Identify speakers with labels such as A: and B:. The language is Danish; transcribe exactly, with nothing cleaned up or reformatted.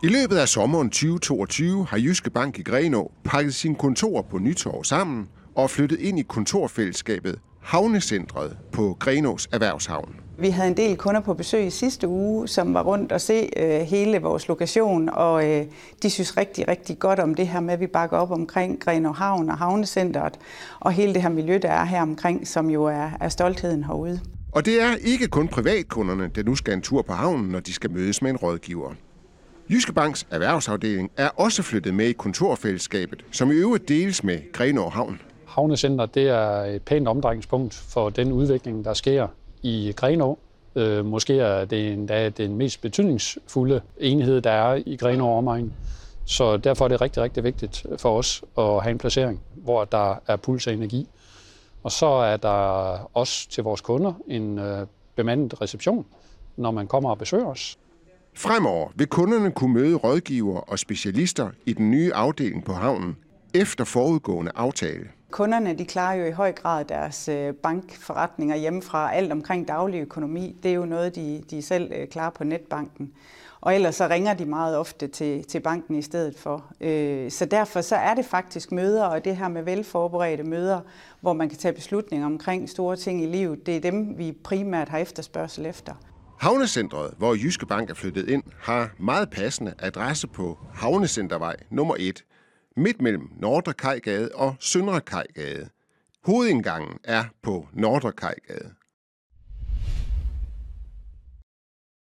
A: I løbet af sommeren tyve toogtyve har Jyske Bank i Grenaa pakket sine kontorer på Nytorv sammen og flyttet ind i kontorfællesskabet Havnecentret på Grenaas Erhvervshavn.
B: Vi havde en del kunder på besøg i sidste uge, som var rundt og se øh, hele vores lokation, og øh, de synes rigtig, rigtig godt om det her med, at vi bakker op omkring Grenaa Havn og Havnecentret, og hele det her miljø, der er her omkring, som jo er, er stoltheden herude.
A: Og det er ikke kun privatkunderne, der nu skal en tur på havnen, når de skal mødes med en rådgiver. Jyske Banks erhvervsafdeling er også flyttet med i kontorfællesskabet, som i øvrigt deles med Grenaa Havn.
C: Havnecenter, det er et pænt omdrejningspunkt for den udvikling, der sker i Grenaa. Øh, måske er det endda den mest betydningsfulde enhed, der er i Grenaa omegn. Så derfor er det rigtig, rigtig vigtigt for os at have en placering, hvor der er puls af energi. Og så er der også til vores kunder en øh, bemandet reception, når man kommer og besøger os.
A: Fremover vil kunderne kunne møde rådgivere og specialister i den nye afdeling på havnen efter forudgående aftale.
B: Kunderne de klarer jo i høj grad deres bankforretninger hjemmefra. Alt omkring daglig økonomi, det er jo noget, de, de selv klarer på netbanken. Og ellers så ringer de meget ofte til, til banken i stedet for. Så derfor så er det faktisk møder, og det her med velforberedte møder, hvor man kan tage beslutninger omkring store ting i livet, det er dem, vi primært har efterspørgsel efter.
A: Havnecentret, hvor Jyske Bank er flyttet ind, har meget passende adresse på Havnecentervej nummer et, midt mellem Nordre Kajgade og Søndre Kajgade. Hovedindgangen er på Nordre Kajgade.